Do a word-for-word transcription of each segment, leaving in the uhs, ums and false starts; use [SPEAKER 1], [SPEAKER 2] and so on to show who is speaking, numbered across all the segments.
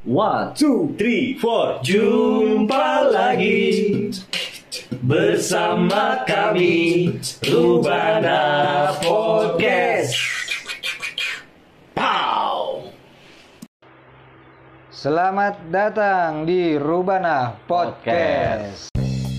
[SPEAKER 1] One, two, three, four. Jumpa lagi bersama kami Rubana Podcast. Pow.
[SPEAKER 2] Selamat datang di Rubana Podcast.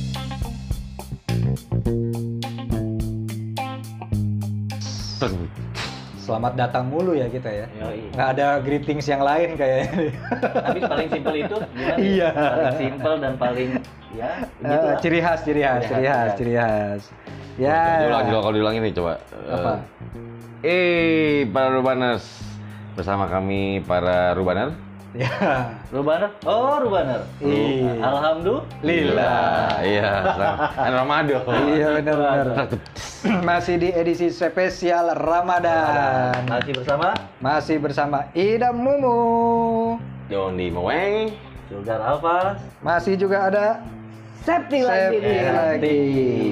[SPEAKER 2] Selamat datang mulu ya kita ya.
[SPEAKER 1] Yoi.
[SPEAKER 2] Nggak ada greetings yang lain kayaknya.
[SPEAKER 1] Tapi paling simpel itu gimana?
[SPEAKER 2] Iya.
[SPEAKER 1] Paling simpel dan paling ya gitu
[SPEAKER 2] Eh,
[SPEAKER 1] lah.
[SPEAKER 2] ciri khas, ciri khas,
[SPEAKER 1] Ciri
[SPEAKER 2] ciri
[SPEAKER 1] khas,
[SPEAKER 2] khas, ciri khas. Ya.
[SPEAKER 3] Diulang, diulang, kalau diulang ini coba.
[SPEAKER 2] Apa?
[SPEAKER 3] Eh, para Rubaners. Bersama kami para Rubaner.
[SPEAKER 2] Ya.
[SPEAKER 1] Rubaner? Oh, Rubaner.
[SPEAKER 2] Iya.
[SPEAKER 1] Alhamdulillah.
[SPEAKER 3] Iya, kan Ramadan.
[SPEAKER 2] Iya benar-benar. Masih di edisi spesial Ramadan.
[SPEAKER 1] Masih bersama
[SPEAKER 2] Masih bersama Idam Mumu.
[SPEAKER 3] Jondi Moweng.
[SPEAKER 1] Sugar Alfas.
[SPEAKER 2] Masih juga ada
[SPEAKER 4] Septi lagi
[SPEAKER 2] Septi
[SPEAKER 4] nih.
[SPEAKER 2] lagi.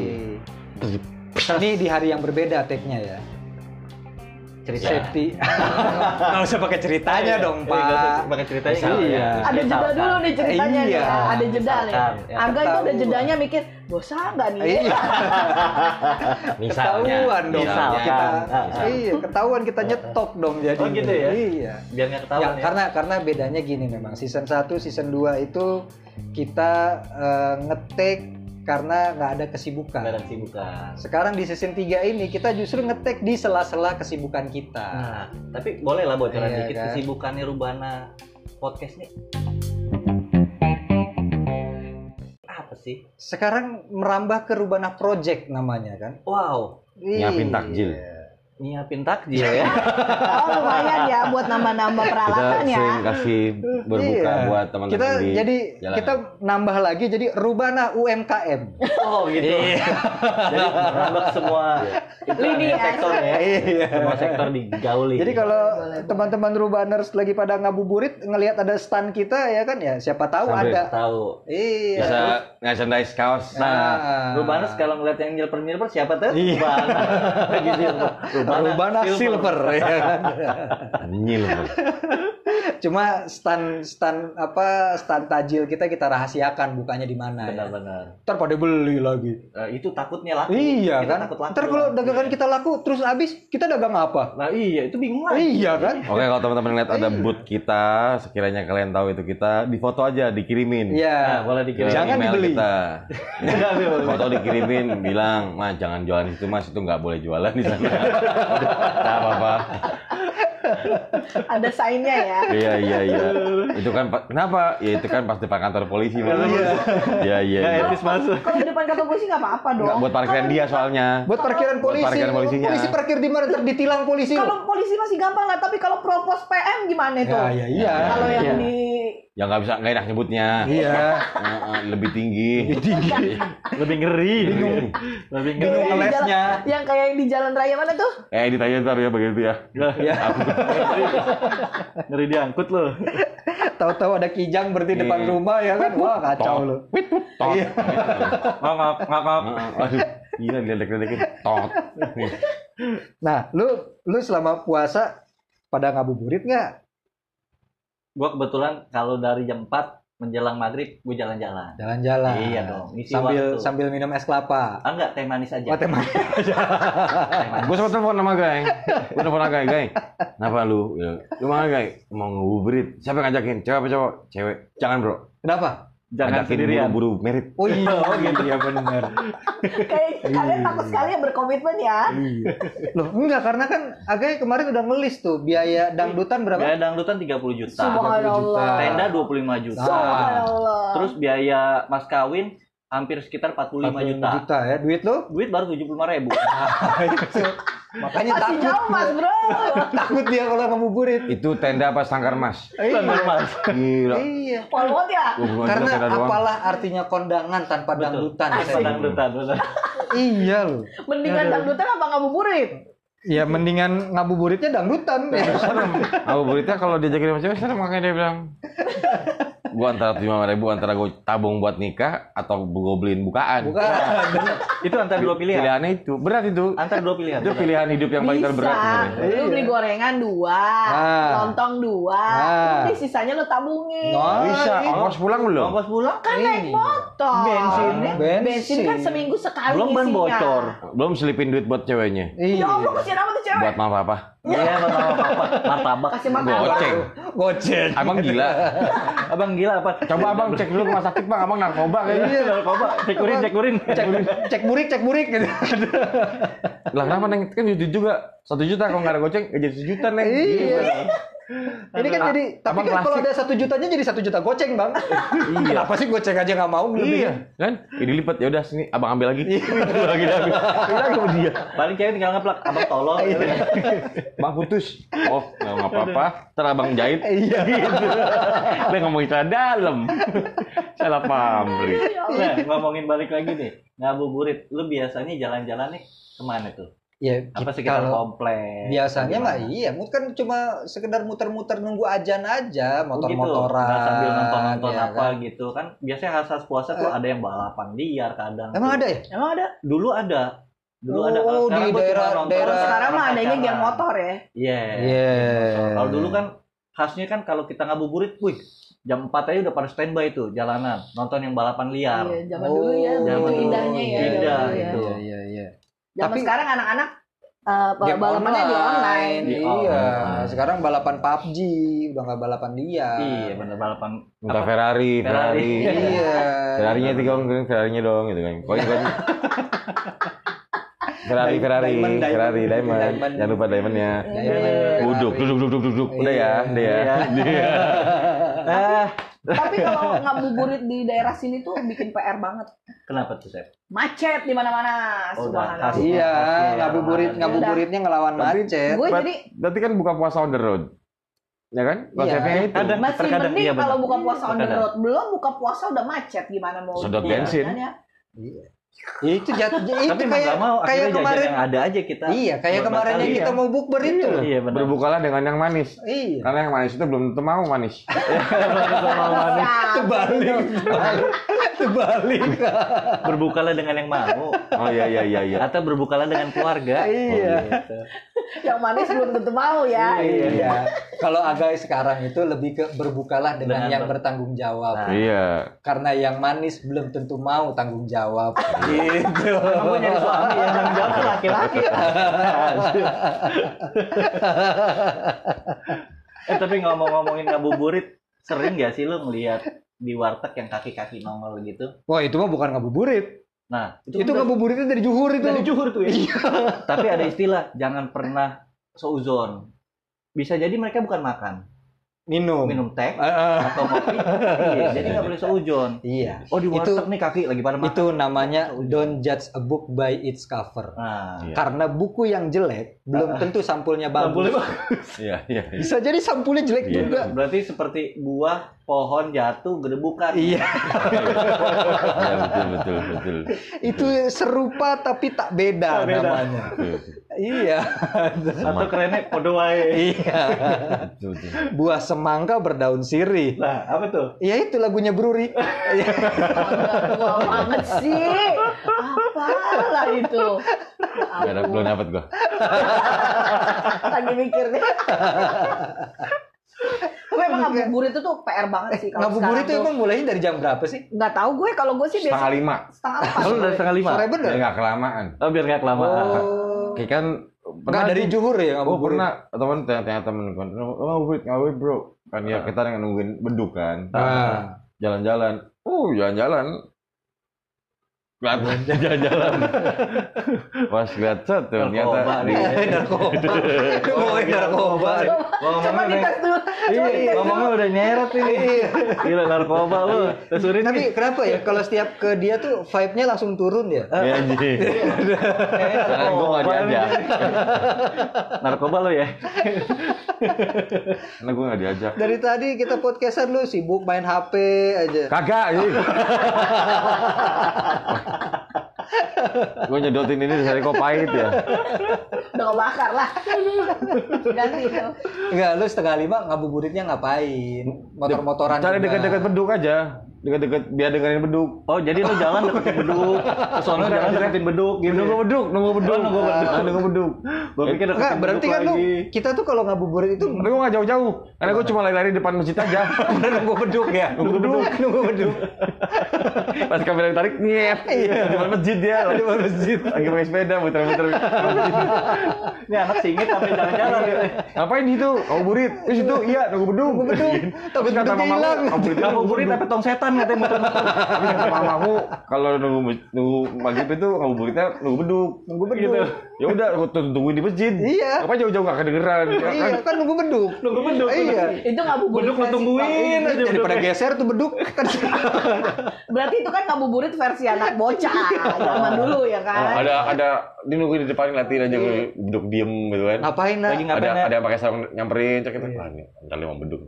[SPEAKER 2] Ini di hari yang berbeda take-nya ya.
[SPEAKER 1] Cerita.
[SPEAKER 2] Septi. Nggak usah pakai ceritanya dong,
[SPEAKER 1] Eh, nggak usah
[SPEAKER 2] Pak.
[SPEAKER 1] pakai ceritanya nggak
[SPEAKER 2] Iya.
[SPEAKER 1] ya.
[SPEAKER 4] Ada jeda dulu nih ceritanya nih
[SPEAKER 2] Iya.
[SPEAKER 4] ya. Ada jeda nih.
[SPEAKER 1] Misalkan, ya.
[SPEAKER 4] Agak itu ada
[SPEAKER 2] Ketahuan.
[SPEAKER 4] jedanya mikir, bosan nggak nih?
[SPEAKER 2] Iya.
[SPEAKER 3] Misalnya.
[SPEAKER 2] Ketahuan dong
[SPEAKER 1] Misalnya.
[SPEAKER 2] kita.
[SPEAKER 1] Ah, ah.
[SPEAKER 2] Iya, ketahuan kita nyetok dong jadi.
[SPEAKER 1] Oh, gitu ya?
[SPEAKER 2] Iya.
[SPEAKER 1] Biar nggak ketahuan
[SPEAKER 2] Ya,
[SPEAKER 1] ya.
[SPEAKER 2] karena karena bedanya gini memang season satu, season dua itu kita eh, ngetek karena nggak ada kesibukan.
[SPEAKER 1] Nggak ada kesibukan.
[SPEAKER 2] Sekarang di season tiga ini kita justru ngetek di sela-sela kesibukan kita.
[SPEAKER 1] Nah, tapi boleh lah bocoran
[SPEAKER 2] Iya,
[SPEAKER 1] dikit
[SPEAKER 2] kan?
[SPEAKER 1] kesibukannya Rubana Podcast nih. Apa sih?
[SPEAKER 2] Sekarang merambah ke Rubana Project namanya kan.
[SPEAKER 1] Wow,
[SPEAKER 3] Nyiapin takjil.
[SPEAKER 1] nyiapin takjil ya.
[SPEAKER 4] Oh lumayan ya buat nambah-nambah
[SPEAKER 3] Kita
[SPEAKER 4] peralatan ya.
[SPEAKER 3] sering kasih berbuka
[SPEAKER 2] Iya.
[SPEAKER 3] buat teman-teman
[SPEAKER 2] Kita
[SPEAKER 3] di
[SPEAKER 2] jadi
[SPEAKER 3] jalanan.
[SPEAKER 2] kita nambah lagi jadi Rubana U M K M.
[SPEAKER 1] Oh gitu. Jadi merambah semua itu
[SPEAKER 4] Lini ya.
[SPEAKER 1] sektor ya.
[SPEAKER 2] Iya.
[SPEAKER 1] Semua sektor digauli.
[SPEAKER 2] Jadi kalau
[SPEAKER 4] Boleh,
[SPEAKER 2] teman-teman Rubaners lagi pada ngabuburit ngelihat ada stand kita ya kan ya siapa tahu
[SPEAKER 3] Sambil
[SPEAKER 2] ada.
[SPEAKER 1] tahu.
[SPEAKER 2] Iya.
[SPEAKER 3] bisa merchandise kaos.
[SPEAKER 1] Nah,
[SPEAKER 2] Nah.
[SPEAKER 1] Rubana kalau ngeliat yang nyilper-nyilper siapa tuh?
[SPEAKER 2] Iya.
[SPEAKER 1] Rubana. Gitu.
[SPEAKER 2] Rubana Silver ya kan.
[SPEAKER 3] Nyil.
[SPEAKER 2] Cuma stand stand apa stand tajil kita kita rahasiakan bukanya di mana ya.
[SPEAKER 1] Benar-benar.
[SPEAKER 2] Ntar pada beli lagi.
[SPEAKER 1] Nah, itu takutnya laku.
[SPEAKER 2] Iya
[SPEAKER 1] Kita
[SPEAKER 2] kan.
[SPEAKER 1] takut laku.
[SPEAKER 2] Ntar kalau dagangan kita laku terus habis kita dagang apa?
[SPEAKER 1] Nah iya itu bingung lagi.
[SPEAKER 2] Iya kan.
[SPEAKER 3] Oke, kalau teman-teman lihat ada booth kita, sekiranya kalian tahu itu kita, di foto aja, dikirimin.
[SPEAKER 2] Iya.
[SPEAKER 1] Nah, boleh dikirim.
[SPEAKER 3] Ke
[SPEAKER 2] Jangan
[SPEAKER 3] email
[SPEAKER 2] dibeli.
[SPEAKER 3] kita.
[SPEAKER 1] Nggak boleh.
[SPEAKER 3] Foto dikirimin, bilang, mas jangan jualan itu mas, itu nggak boleh jualan di sana. Nggak apa-apa.
[SPEAKER 4] Ada sign-nya ya.
[SPEAKER 3] Iya iya iya. Itu kan pa- kenapa? Ya itu kan pas depan kantor polisi mas. Iya iya.
[SPEAKER 1] Nggak
[SPEAKER 3] iya.
[SPEAKER 1] etis masuk.
[SPEAKER 4] Kalau di depan kantor polisi nggak apa-apa dong.
[SPEAKER 3] Nggak, buat parkiran dia soalnya.
[SPEAKER 2] Buat parkiran
[SPEAKER 3] Buat
[SPEAKER 2] polisi.
[SPEAKER 3] parkiran polisinya.
[SPEAKER 2] Polisi parkir di mana? Ntar ditilang polisi.
[SPEAKER 4] Kalau polisi masih gampang lah, tapi kalau propos P M gimana itu?
[SPEAKER 2] Ya, ya, iya.
[SPEAKER 4] Kalau yang
[SPEAKER 1] Iya.
[SPEAKER 4] di
[SPEAKER 3] Ya nggak bisa nggak enak nyebutnya.
[SPEAKER 2] Iya.
[SPEAKER 3] Eh, eh, lebih tinggi.
[SPEAKER 1] Lebih ngeri.
[SPEAKER 3] Bingung.
[SPEAKER 1] Lebih
[SPEAKER 2] Bingung
[SPEAKER 1] ngeri.
[SPEAKER 4] yang di
[SPEAKER 2] ngelesnya.
[SPEAKER 4] jalan- yang kayak di jalan raya mana tuh?
[SPEAKER 3] Eh ditanya ntar ya begitu ya.
[SPEAKER 2] Iya.
[SPEAKER 1] Ngeri diangkut loh.
[SPEAKER 2] Tahu-tahu ada kijang berhenti
[SPEAKER 3] Iya.
[SPEAKER 2] depan rumah ya kan. Wah, kacau lu.
[SPEAKER 3] Tot.
[SPEAKER 2] Iya.
[SPEAKER 1] Ngakak, ngakak.
[SPEAKER 3] Eh, Aduh, gila diledek-ledekin. Tot.
[SPEAKER 2] Nah, lu lu selama puasa pada ngabuburit nggak?
[SPEAKER 1] Gua kebetulan kalau dari jam empat menjelang maghrib gue jalan-jalan.
[SPEAKER 2] Jalan-jalan.
[SPEAKER 1] Iya dong, ngisi
[SPEAKER 2] Sambil
[SPEAKER 1] waktu.
[SPEAKER 2] sambil minum es kelapa.
[SPEAKER 1] Ah enggak, teh manis aja.
[SPEAKER 2] Oh, teman.
[SPEAKER 1] Teh manis.
[SPEAKER 3] Gue sempat telepon sama Gai. Gue telepon sama Gai, Gai. Kenapa lu? Ya, lu mana Gai? Mau ngabuburit. Siapa yang ngajakin? Cewek apa cowok? Cewek. Jangan bro.
[SPEAKER 2] Kenapa?
[SPEAKER 1] Jangan
[SPEAKER 3] Ngajakin
[SPEAKER 1] sendirian.
[SPEAKER 3] buru-buru merit.
[SPEAKER 2] Oh iya, oh gitu ya benar.
[SPEAKER 4] Kayak kalian takut sekali yang berkomitmen ya.
[SPEAKER 2] Iya. Loh, enggak karena kan Agai kemarin udah ngelis tuh biaya dangdutan berapa?
[SPEAKER 1] Biaya dangdutan tiga puluh juta.
[SPEAKER 4] Subhanallah.
[SPEAKER 1] Tenda dua puluh lima juta.
[SPEAKER 4] Subhanallah.
[SPEAKER 1] Terus biaya mas kawin hampir sekitar empat puluh lima juta.
[SPEAKER 2] juta ya. Duit lu?
[SPEAKER 1] Duit baru tujuh puluh lima ribu.
[SPEAKER 2] Makanya
[SPEAKER 4] Masih
[SPEAKER 2] takut.
[SPEAKER 4] jauh mas bro.
[SPEAKER 2] Takut dia kalau ngabuburit.
[SPEAKER 3] Itu tenda apa sangkar mas?
[SPEAKER 2] Iya.
[SPEAKER 1] Mas.
[SPEAKER 3] Gila.
[SPEAKER 2] Iya.
[SPEAKER 4] Polwot ya.
[SPEAKER 3] Gua bukan
[SPEAKER 2] Karena
[SPEAKER 3] tenda doang.
[SPEAKER 2] apalah artinya kondangan tanpa dangdutan?
[SPEAKER 1] Tanpa
[SPEAKER 2] Saya-
[SPEAKER 1] dangdutan. bener.
[SPEAKER 2] Iya loh.
[SPEAKER 4] Mendingan dangdutan apa ngabuburit?
[SPEAKER 2] Ya mendingan ngabuburitnya dangdutan. Ya.
[SPEAKER 3] Ngabuburitnya kalau diajakin sama cewek serem, makanya dia bilang. Gua antara lima ribu antara gue tabung buat nikah atau gue beliin bukaan.
[SPEAKER 2] Bukan.
[SPEAKER 1] Itu antara dua pilihan.
[SPEAKER 3] Pilihannya itu berat itu.
[SPEAKER 1] Antara dua pilihan.
[SPEAKER 3] Itu pilihan hidup yang paling
[SPEAKER 4] Bisa.
[SPEAKER 3] terberat sebenarnya.
[SPEAKER 4] Lu beli gorengan dua,
[SPEAKER 2] Ah.
[SPEAKER 4] lontong dua,
[SPEAKER 2] Ah.
[SPEAKER 4] nanti sisanya lu tabungin.
[SPEAKER 2] Oh,
[SPEAKER 3] Bisa,
[SPEAKER 2] iya.
[SPEAKER 3] ongkos pulang belum?
[SPEAKER 1] Ongkos pulang
[SPEAKER 4] Kan naik
[SPEAKER 2] Iya.
[SPEAKER 4] motor.
[SPEAKER 1] Bensin.
[SPEAKER 2] Bensin.
[SPEAKER 4] Bensin kan seminggu sekali
[SPEAKER 1] belum ban
[SPEAKER 4] isinya.
[SPEAKER 1] bocor.
[SPEAKER 3] Belum selipin duit buat ceweknya.
[SPEAKER 2] Iya.
[SPEAKER 4] Ya Allah, kasihan amat tuh cewek.
[SPEAKER 3] Buat maaf apa?
[SPEAKER 1] Iya, apa apa martabak.
[SPEAKER 4] Kasih makan.
[SPEAKER 3] Goceng.
[SPEAKER 2] Goceng.
[SPEAKER 3] Abang gila.
[SPEAKER 1] Abang gila apa?
[SPEAKER 3] Coba abang cek dulu rumah sakit bang, abang narkoba kayaknya.
[SPEAKER 1] Iya, narkoba. Cekurin, cekurin.
[SPEAKER 2] Cek, cek burik, cek burik gitu.
[SPEAKER 3] Lah kenapa neng kan duit juga satu juta kalau nggak ada goceng nggak jadi sejuta neng.
[SPEAKER 2] Iya. Ini kan
[SPEAKER 3] Ah,
[SPEAKER 2] jadi, tapi
[SPEAKER 3] abang
[SPEAKER 2] kan kalau
[SPEAKER 3] klasik.
[SPEAKER 2] ada satu jutanya jadi satu juta goceng bang.
[SPEAKER 3] Iya.
[SPEAKER 2] Kenapa sih goceng aja nggak mau?
[SPEAKER 3] Iya, kan? Ini lipat ya udah sini abang ambil lagi. Ambil lagi ambil. Ambil lagi sama dia.
[SPEAKER 1] Paling cewek tinggal ngeplak, abang tolong.
[SPEAKER 3] Bang putus. Oh, nggak apa-apa. Ntar abang jahit.
[SPEAKER 2] Iya.
[SPEAKER 3] Gitu. Dia ngomongin celana dalam. Salah paham, Bri.
[SPEAKER 1] Nah, ngomongin balik lagi nih, ngabuburit. Lu biasanya jalan-jalan nih kemana tuh?
[SPEAKER 2] Ya,
[SPEAKER 1] Apa sekitar
[SPEAKER 2] kalau
[SPEAKER 1] komplek?
[SPEAKER 2] biasanya mah
[SPEAKER 1] Gimana?
[SPEAKER 2] iya, mungkin kan cuma sekedar muter-muter nunggu ajan aja,
[SPEAKER 1] Oh,
[SPEAKER 2] motor-motoran.
[SPEAKER 1] gitu. Nggak sambil nonton-nonton
[SPEAKER 2] ya
[SPEAKER 1] apa
[SPEAKER 2] kan?
[SPEAKER 1] gitu kan. Biasanya khas-khas puasa tuh
[SPEAKER 2] Eh.
[SPEAKER 1] ada yang balapan liar kadang.
[SPEAKER 2] Emang
[SPEAKER 1] tuh.
[SPEAKER 2] ada ya?
[SPEAKER 1] Emang ada. Dulu ada. Dulu
[SPEAKER 2] Oh,
[SPEAKER 1] ada. Kalau
[SPEAKER 2] di
[SPEAKER 1] sekarang gua cuma
[SPEAKER 2] daerah-
[SPEAKER 1] nonton
[SPEAKER 2] daerah-
[SPEAKER 4] Kalau sekarang mah
[SPEAKER 1] orang
[SPEAKER 4] adanya
[SPEAKER 1] pacaran.
[SPEAKER 4] geng motor ya.
[SPEAKER 1] Iya.
[SPEAKER 2] Iya.
[SPEAKER 1] Kalau dulu kan khasnya kan kalau kita ngabuburit, wih, jam empat aja udah pada standby tuh jalanan, nonton yang balapan liar.
[SPEAKER 4] Iya, zaman dulu ya,
[SPEAKER 2] Oh,
[SPEAKER 4] begitu
[SPEAKER 1] zaman dulu.
[SPEAKER 4] indahnya ya.
[SPEAKER 1] Indah
[SPEAKER 4] dulu ya.
[SPEAKER 1] itu.
[SPEAKER 2] Iya, iya, iya.
[SPEAKER 4] Zaman
[SPEAKER 2] Tapi-
[SPEAKER 4] sekarang anak-anak eh,
[SPEAKER 2] Game
[SPEAKER 4] balapannya di online.
[SPEAKER 1] Di
[SPEAKER 2] Iya,
[SPEAKER 1] online.
[SPEAKER 2] sekarang balapan P U B G, udah nggak balapan dia.
[SPEAKER 1] Iya, bener balapan.
[SPEAKER 3] Minta
[SPEAKER 1] apa?
[SPEAKER 3] Ferrari,
[SPEAKER 1] Ferrari.
[SPEAKER 3] Ferrari.
[SPEAKER 2] Iya.
[SPEAKER 3] Ferrarinya tiga orang, Ferrarinya dong gitu kan. Pokoknya kan. Ferrari, Ferrari,
[SPEAKER 2] Diamond, diamond.
[SPEAKER 3] Ferrari, diamond.
[SPEAKER 2] Diamond.
[SPEAKER 3] Jangan lupa diamondnya.
[SPEAKER 2] Diamond.
[SPEAKER 3] Duduk, duduk, duduk, duduk, duduk. Udah ya, udah ya. Dia.
[SPEAKER 1] Ah,
[SPEAKER 4] Tapi kalau ngabuburit di daerah sini tuh bikin P R banget.
[SPEAKER 1] kenapa tuh, Chef?
[SPEAKER 4] Macet di mana-mana.
[SPEAKER 1] Oh, udah
[SPEAKER 4] Subhanallah.
[SPEAKER 1] khas.
[SPEAKER 2] Iya,
[SPEAKER 1] Iya,
[SPEAKER 2] ngabuburit
[SPEAKER 1] iya.
[SPEAKER 2] ngabuburitnya ngelawan
[SPEAKER 3] Tapi-
[SPEAKER 2] macet.
[SPEAKER 4] Gue
[SPEAKER 3] Ber-
[SPEAKER 4] jadi
[SPEAKER 3] Berarti kan buka puasa on the road. Ya kan? Konsepnya itu.
[SPEAKER 1] Kadang-
[SPEAKER 4] masih
[SPEAKER 1] terkadang
[SPEAKER 4] mending
[SPEAKER 1] iya, benar.
[SPEAKER 4] kalau buka puasa on the
[SPEAKER 1] Terkadang.
[SPEAKER 4] road. Belum buka puasa udah macet, gimana mau
[SPEAKER 3] Sedot
[SPEAKER 4] jalan
[SPEAKER 3] bensin.
[SPEAKER 4] ya?
[SPEAKER 2] Iya. Ya, itu jat, itu
[SPEAKER 1] Tapi mau
[SPEAKER 2] kayak
[SPEAKER 1] nggak mau,
[SPEAKER 2] kayak
[SPEAKER 1] akhirnya jajan
[SPEAKER 2] kemarin.
[SPEAKER 1] yang ada aja kita.
[SPEAKER 2] Iya, kayak
[SPEAKER 1] buat
[SPEAKER 2] kemarin yang
[SPEAKER 1] batalin.
[SPEAKER 2] kita mau bukber itu.
[SPEAKER 1] Iya, benar.
[SPEAKER 3] Berbukalah dengan yang manis.
[SPEAKER 2] Iya.
[SPEAKER 3] Karena yang manis itu belum tentu mau manis.
[SPEAKER 2] Terbalik, terbalik, terbalik.
[SPEAKER 1] Berbukalah dengan yang mau.
[SPEAKER 3] Oh iya iya iya iya.
[SPEAKER 1] Atau berbukalah dengan keluarga.
[SPEAKER 2] Iya.
[SPEAKER 1] Oh, gitu.
[SPEAKER 4] Yang manis belum tentu mau ya.
[SPEAKER 2] Iya. Kalau agak sekarang itu lebih ke berbukalah dengan,
[SPEAKER 1] Dengan
[SPEAKER 2] yang
[SPEAKER 1] ber-
[SPEAKER 2] bertanggung jawab.
[SPEAKER 1] Nah.
[SPEAKER 3] Iya.
[SPEAKER 2] Karena yang manis belum tentu mau tanggung jawab. Gitu.
[SPEAKER 1] Kamu nyari suami yang tanggung jawab tuh laki-laki. eh tapi ngomong-ngomongin ngabuburit, sering gak sih lu ngeliat di warteg yang kaki-kaki nongol gitu?
[SPEAKER 2] Wah, itu mah bukan ngabuburit.
[SPEAKER 1] Nah,
[SPEAKER 2] Itu,
[SPEAKER 1] kan udah-
[SPEAKER 2] ngabuburitnya dari juhur itu.
[SPEAKER 1] dari juhur tuh ya. Tapi ada istilah, jangan pernah seuzon. Bisa jadi mereka bukan makan,
[SPEAKER 2] Minum.
[SPEAKER 1] minum teh
[SPEAKER 2] Eh, eh.
[SPEAKER 1] atau ngopi. Iya, jadi nggak boleh seuzon.
[SPEAKER 2] Iya.
[SPEAKER 1] Oh di
[SPEAKER 2] Itu-
[SPEAKER 1] warteg nih kaki lagi pada makan.
[SPEAKER 2] Itu namanya don't judge a book by its cover.
[SPEAKER 1] Nah,
[SPEAKER 3] Iya.
[SPEAKER 2] Karena buku yang jelek belum tentu sampulnya bagus.
[SPEAKER 1] boleh
[SPEAKER 3] Iya iya. iya.
[SPEAKER 2] Bisa jadi sampulnya jelek
[SPEAKER 3] Iya.
[SPEAKER 2] juga.
[SPEAKER 1] berarti seperti buah pohon jatuh gedebukan.
[SPEAKER 2] Iya,
[SPEAKER 3] Iya betul betul betul.
[SPEAKER 2] itu serupa tapi tak beda,
[SPEAKER 1] Tak beda.
[SPEAKER 2] namanya.
[SPEAKER 3] Betul,
[SPEAKER 2] Iya.
[SPEAKER 1] Atau kerennya podo wae.
[SPEAKER 2] Iya.
[SPEAKER 3] betul, betul.
[SPEAKER 2] Buah semangka berdaun sirih.
[SPEAKER 1] Nah, apa tuh?
[SPEAKER 2] Iya, itu lagunya Bruri. Iya.
[SPEAKER 4] Tua banget sih. Apalah itu. Ya
[SPEAKER 3] Gak ada
[SPEAKER 4] ampun.
[SPEAKER 3] belum dapat gua.
[SPEAKER 4] Lagi mikir nih. Tapi emang ngabuburit itu tuh P R banget sih kalau
[SPEAKER 2] Ngabuburit itu
[SPEAKER 4] sekarang tuh.
[SPEAKER 2] emang mulainya dari jam berapa sih?
[SPEAKER 4] Nggak tahu gue, kalau gue sih
[SPEAKER 3] Setengah
[SPEAKER 4] biasa
[SPEAKER 3] lima.
[SPEAKER 4] setengah empat.
[SPEAKER 1] Oh, udah setengah lima.
[SPEAKER 2] Sore bener?
[SPEAKER 3] Ya nggak kelamaan.
[SPEAKER 1] Oh, biar nggak kelamaan.
[SPEAKER 2] Oh.
[SPEAKER 3] Kayak kan
[SPEAKER 2] Enggak dari
[SPEAKER 3] tuh-
[SPEAKER 2] juhur ya
[SPEAKER 3] Oh
[SPEAKER 2] ngabuburit?
[SPEAKER 3] pernah teman tanya temen kan, oh ngabuburit ngabuburit bro, kan ya kita yang nungguin beduk kan,
[SPEAKER 2] Ah.
[SPEAKER 3] jalan-jalan, oh jalan-jalan, Kelihatan jalan-jalan. Pas lihat set tuh ternyata
[SPEAKER 1] Narkoba
[SPEAKER 3] di
[SPEAKER 1] nih.
[SPEAKER 2] narkoba. Oh, narkoba.
[SPEAKER 1] Ngomongnya
[SPEAKER 4] Coba
[SPEAKER 1] udah-
[SPEAKER 4] dites dulu.
[SPEAKER 1] Iya, ngomongnya udah nyeret ini. Gila narkoba lu. Tesurin
[SPEAKER 2] Tapi
[SPEAKER 1] nih.
[SPEAKER 2] kenapa ya kalau setiap ke dia tuh vibe-nya langsung turun ya?
[SPEAKER 3] Iya anjing. Karena gue nggak diajak.
[SPEAKER 1] Narkoba lu ya.
[SPEAKER 3] Karena gue nggak diajak.
[SPEAKER 2] Dari tadi kita podcastan lu sibuk main H P aja.
[SPEAKER 3] Kagak anjing. Gue nyedotin ini dari kok pahit ya.
[SPEAKER 4] Udah kebakar lah. Ganti itu.
[SPEAKER 2] Enggak, lu setengah lima ngabuburitnya ngapain? Motor-motoran
[SPEAKER 3] Cari
[SPEAKER 2] juga.
[SPEAKER 3] dekat-dekat beduk aja. Deket-deket biar dengerin beduk.
[SPEAKER 1] Oh, jadi lu jalan deketin beduk. Ke sono jalan deketin beduk gitu.
[SPEAKER 3] Nunggu beduk, nunggu beduk,
[SPEAKER 1] Oh, nunggu beduk.
[SPEAKER 3] Ah, nunggu beduk.
[SPEAKER 1] Gua pikir
[SPEAKER 2] Enggak,
[SPEAKER 1] deketin
[SPEAKER 2] berarti
[SPEAKER 1] beduk
[SPEAKER 2] kan lu
[SPEAKER 1] lagi.
[SPEAKER 2] kita tuh kalau ngabuburit itu
[SPEAKER 3] Tapi gua nggak jauh-jauh, karena gua cuma lari-lari depan masjid aja.
[SPEAKER 2] bener nunggu beduk ya.
[SPEAKER 3] Nunggu beduk.
[SPEAKER 2] Nunggu beduk.
[SPEAKER 3] Pas kamera ditarik, nyet. Iya, depan masjid dia.
[SPEAKER 2] Di depan masjid.
[SPEAKER 3] Lagi pakai sepeda, muter-muter.
[SPEAKER 1] Ini anak singit sampai jalan-jalan gitu.
[SPEAKER 3] Ngapain di situ? Ngabuburit. Di situ, iya, nunggu beduk.
[SPEAKER 2] Nunggu beduk.
[SPEAKER 3] Tapi kata
[SPEAKER 2] beduknya
[SPEAKER 3] mamaku,
[SPEAKER 2] hilang.
[SPEAKER 3] ngabuburit itu nunggu
[SPEAKER 1] Ngabuburit tapi tong setan katanya muter-muter.
[SPEAKER 3] Tapi kata mamaku, kalau nunggu nunggu maghrib itu ngabuburitnya nunggu beduk.
[SPEAKER 2] Nunggu beduk.
[SPEAKER 3] Gitu. Ya udah, gua tungguin di masjid.
[SPEAKER 2] Iya.
[SPEAKER 3] Ngapain jauh-jauh nggak kedengeran?
[SPEAKER 2] Iya, kan nunggu beduk.
[SPEAKER 1] Nunggu beduk.
[SPEAKER 2] Iya.
[SPEAKER 4] Itu ngabuburit
[SPEAKER 1] Beduk lu
[SPEAKER 4] versi-
[SPEAKER 1] tungguin aja
[SPEAKER 2] Daripada
[SPEAKER 1] beduknya.
[SPEAKER 2] geser tuh beduk kan.
[SPEAKER 4] Berarti itu kan ngabuburit versi anak bocah zaman dulu ya kan.
[SPEAKER 3] Ada ada dia nungguin di depan ngeliatin aja beduk diem gitu kan.
[SPEAKER 2] Ngapain nah?
[SPEAKER 1] Lagi ngapain
[SPEAKER 3] Ada
[SPEAKER 1] ya?
[SPEAKER 3] ada yang pakai sarung nyamperin cek itu. Wah, ini entar mau beduk.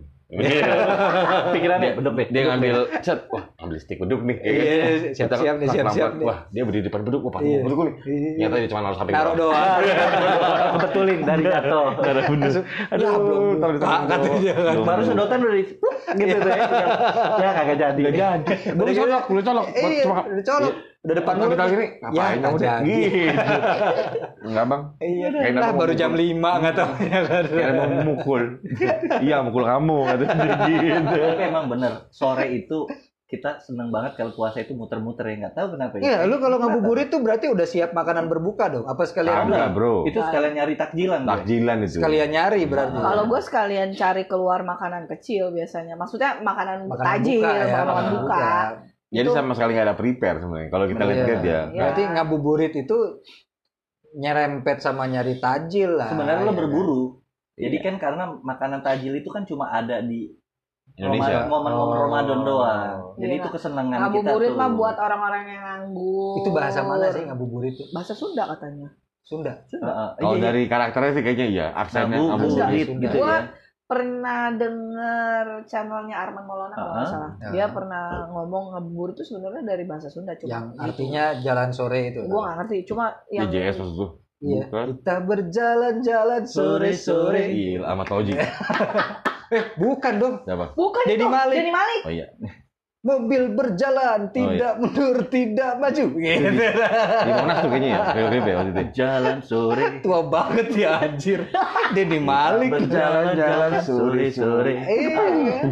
[SPEAKER 1] Pikirannya beduk deh.
[SPEAKER 3] Dia ngambil set, wah ambil stick beduk nih.
[SPEAKER 2] Iya, iya,
[SPEAKER 3] Kita
[SPEAKER 2] siap-siap nih, siap-siap nih.
[SPEAKER 3] Wah, dia berdiri di depan beduk, wah pakai
[SPEAKER 2] Iya.
[SPEAKER 3] beduk nih.
[SPEAKER 2] Iya.
[SPEAKER 3] Ternyata dia cuma naruh samping.
[SPEAKER 2] Naruh doang.
[SPEAKER 1] Betulin dari jatuh.
[SPEAKER 2] Langsung, ya belum
[SPEAKER 3] taruh di
[SPEAKER 2] buka
[SPEAKER 3] samping
[SPEAKER 2] katanya
[SPEAKER 3] doang.
[SPEAKER 2] jangan.
[SPEAKER 3] Belum.
[SPEAKER 1] Baru sedotan udah di gitu tuh ya. Ya kagak jadi.
[SPEAKER 3] Gak jadi. Belum colok, belum colok.
[SPEAKER 2] Iya,
[SPEAKER 3] Cuma
[SPEAKER 2] udah colok. Udah depan
[SPEAKER 3] Tapi
[SPEAKER 2] mulut.
[SPEAKER 3] kali ini
[SPEAKER 2] Ya,
[SPEAKER 3] ngapain
[SPEAKER 2] nggak
[SPEAKER 3] udah
[SPEAKER 2] jadi.
[SPEAKER 3] gitu. Enggak, Bang.
[SPEAKER 2] Iya,
[SPEAKER 3] Kayak
[SPEAKER 2] lah
[SPEAKER 3] nama
[SPEAKER 2] baru
[SPEAKER 3] mukul.
[SPEAKER 2] jam lima enggak tahu ya kan.
[SPEAKER 3] Kayak mau mukul. Iya, mukul kamu katanya gitu.
[SPEAKER 1] Tapi emang bener, sore itu kita seneng banget kalau puasa itu muter-muter ya, nggak tahu kenapa ya.
[SPEAKER 2] Iya, lu kalau ngabuburit tuh berarti udah siap makanan berbuka dong. Apa sekalian
[SPEAKER 3] Enggak, Bro.
[SPEAKER 1] Itu sekalian nyari takjilan. Bro.
[SPEAKER 3] Takjilan itu.
[SPEAKER 2] sekalian nyari berarti.
[SPEAKER 4] Kalau gue sekalian cari keluar makanan kecil biasanya. Maksudnya makanan,
[SPEAKER 2] Makanan
[SPEAKER 4] tajil,
[SPEAKER 2] buka ya,
[SPEAKER 4] makanan
[SPEAKER 2] makanan
[SPEAKER 4] buka.
[SPEAKER 2] buka.
[SPEAKER 3] Jadi
[SPEAKER 4] Itu-
[SPEAKER 3] sama sekali nggak ada prepare sebenarnya. Kalau kita
[SPEAKER 2] Iya.
[SPEAKER 3] lihat ya.
[SPEAKER 4] Iya.
[SPEAKER 2] Berarti ngabuburit itu nyerempet sama nyari tajil lah.
[SPEAKER 1] Sebenarnya lo
[SPEAKER 2] ya
[SPEAKER 1] berburu. Jadi
[SPEAKER 2] Iya.
[SPEAKER 1] kan karena makanan tajil itu kan cuma ada di
[SPEAKER 3] Indonesia.
[SPEAKER 1] Roma- momen-momen
[SPEAKER 2] Oh.
[SPEAKER 1] Ramadan doang. Jadi
[SPEAKER 4] Iya.
[SPEAKER 1] itu kesenangan kita
[SPEAKER 4] Ngabuburit
[SPEAKER 1] tuh.
[SPEAKER 4] mah buat orang-orang yang nganggur.
[SPEAKER 2] Kan? Itu bahasa mana sih ngabuburit itu?
[SPEAKER 4] Bahasa Sunda katanya.
[SPEAKER 2] Sunda.
[SPEAKER 1] Heeh.
[SPEAKER 3] Kalau
[SPEAKER 1] Iya,
[SPEAKER 3] dari karakternya sih kayaknya iya, aksennya
[SPEAKER 1] ngabuburit
[SPEAKER 3] ngabuburit.
[SPEAKER 2] Sunda.
[SPEAKER 1] gitu
[SPEAKER 4] Gua
[SPEAKER 1] ya.
[SPEAKER 4] pernah denger channelnya Arman Maulana kalau nggak
[SPEAKER 1] Ah.
[SPEAKER 4] salah.
[SPEAKER 2] Ya.
[SPEAKER 4] Dia pernah ngomong ngabuburit itu sebenarnya dari bahasa Sunda. Cuma
[SPEAKER 2] Yang artinya jalan sore itu.
[SPEAKER 4] gue nggak ngerti. Cuma yang
[SPEAKER 3] D J S maksud tuh.
[SPEAKER 2] Iya.
[SPEAKER 3] Bukan.
[SPEAKER 2] Kita berjalan-jalan sore-sore.
[SPEAKER 3] Iya, Ahmad Fauzi.
[SPEAKER 2] Eh, bukan dong.
[SPEAKER 3] Siapa?
[SPEAKER 4] bukan
[SPEAKER 2] Dedi
[SPEAKER 4] itu.
[SPEAKER 2] Malik.
[SPEAKER 4] Dedi Malik.
[SPEAKER 3] Oh iya.
[SPEAKER 2] Mobil berjalan, tidak mundur, tidak maju. Gitu.
[SPEAKER 3] Di Monas tuh kayaknya ya. Rio Ribe waktu itu.
[SPEAKER 1] Jalan sore.
[SPEAKER 2] Tua banget ya anjir. Dedi Malik.
[SPEAKER 1] Berjalan-jalan sore-sore.
[SPEAKER 2] Iya.